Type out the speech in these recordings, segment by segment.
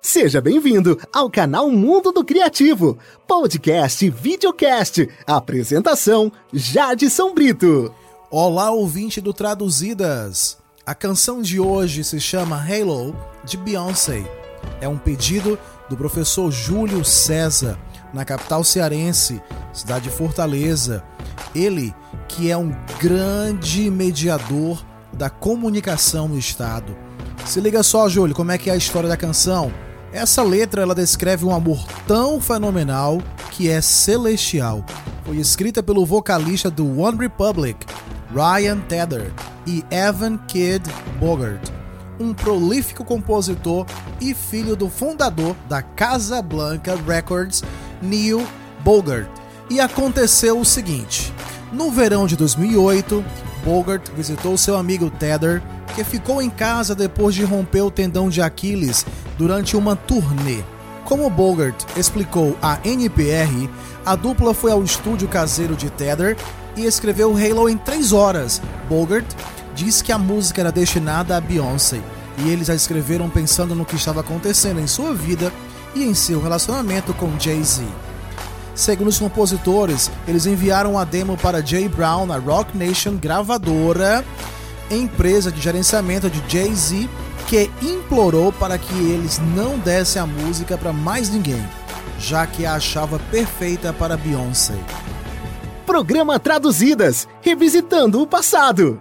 Seja bem-vindo ao canal Mundo do Criativo, podcast e videocast. Apresentação, Jadson Brito. Olá, ouvinte do Traduzidas. A canção de hoje se chama Halo, de Beyoncé. É um pedido do professor Júlio César, na capital cearense, cidade de Fortaleza. Ele, que é um grande mediador da comunicação no estado. Se liga só, Júlio, como é que é a história da canção? Essa letra, ela descreve um amor tão fenomenal que é celestial. Foi escrita pelo vocalista do One Republic, Ryan Tedder, e Evan Kidd Bogart, um prolífico compositor e filho do fundador da Casablanca Records, Neil Bogart. E aconteceu o seguinte: no verão de 2008, Bogart visitou seu amigo Tedder, que ficou em casa depois de romper o tendão de Aquiles durante uma turnê. Como Bogart explicou à NPR, a dupla foi ao estúdio caseiro de Tedder e escreveu Halo em 3 horas. Bogart diz que a música era destinada a Beyoncé e eles a escreveram pensando no que estava acontecendo em sua vida e em seu relacionamento com Jay-Z. Segundo os compositores, eles enviaram a demo para Jay Brown, a Roc Nation gravadora, empresa de gerenciamento de Jay-Z, que implorou para que eles não dessem a música para mais ninguém, já que a achava perfeita para Beyoncé. Programa Traduzidas, revisitando o passado.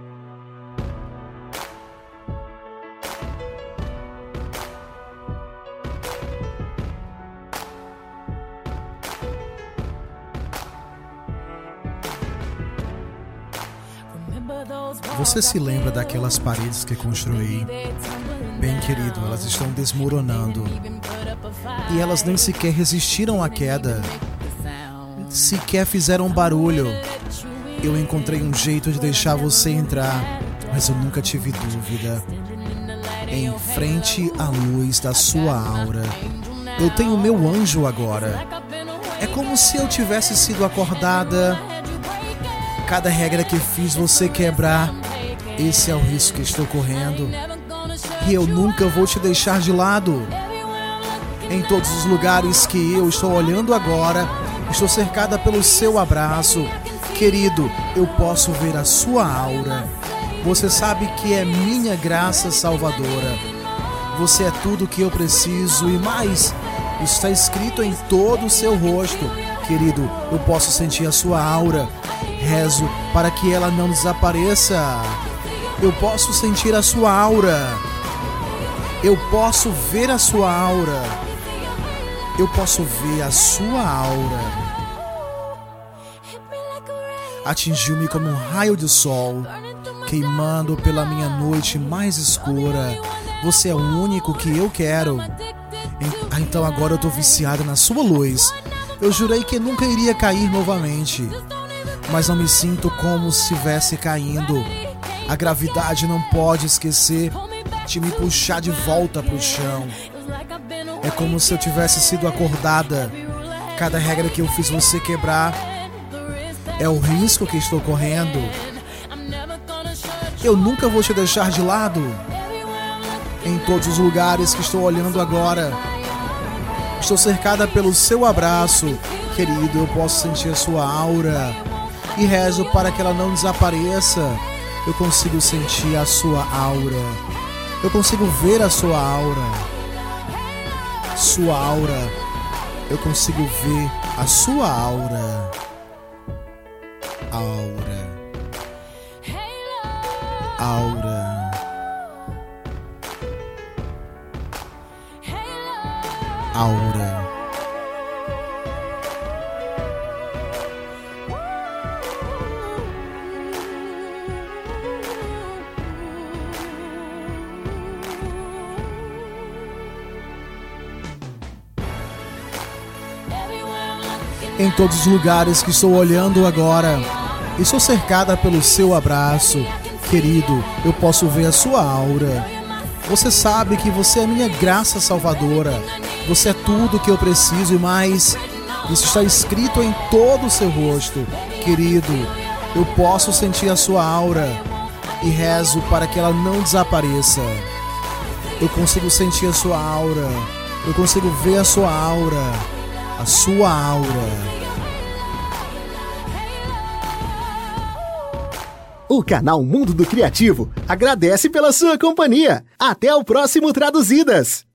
Você se lembra daquelas paredes que construí? Bem, querido, elas estão desmoronando. E elas nem sequer resistiram à queda. Sequer fizeram barulho. Eu encontrei um jeito de deixar você entrar, mas eu nunca tive dúvida. Em frente à luz da sua aura, eu tenho meu anjo agora. É como se eu tivesse sido acordada. Cada regra que fiz você quebrar, esse é o risco que estou correndo. E eu nunca vou te deixar de lado. Em todos os lugares que eu estou olhando agora, estou cercada pelo seu abraço. Querido, eu posso ver a sua aura. Você sabe que é minha graça salvadora. Você é tudo que eu preciso e mais. Está escrito em todo o seu rosto. Querido, eu posso sentir a sua aura. Rezo para que ela não desapareça. Eu posso sentir a sua aura. Eu posso ver a sua aura. Eu posso ver a sua aura. Atingiu-me como um raio de sol, queimando pela minha noite mais escura. Você é o único que eu quero. Então agora eu tô viciada na sua luz. Eu jurei que nunca iria cair novamente, mas não me sinto como se estivesse caindo. A gravidade não pode esquecer de me puxar de volta pro chão. É como se eu tivesse sido acordada. Cada regra que eu fiz você quebrar é o risco que estou correndo. Eu nunca vou te deixar de lado. Em todos os lugares que estou olhando agora, estou cercada pelo seu abraço. Querido, eu posso sentir a sua aura e rezo para que ela não desapareça. Eu consigo sentir a sua aura. Eu consigo ver a sua aura. Sua aura. Eu consigo ver a sua aura. Aura. Aura. Aura. Em todos os lugares que estou olhando agora, estou cercada pelo seu abraço. Querido, eu posso ver a sua aura. Você sabe que você é minha graça salvadora. Você é tudo que eu preciso e mais. Isso está escrito em todo o seu rosto. Querido, eu posso sentir a sua aura e rezo para que ela não desapareça. Eu consigo sentir a sua aura. Eu consigo ver a sua aura. A sua aura. O canal Mundo do Criativo agradece pela sua companhia. Até o próximo Traduzidas!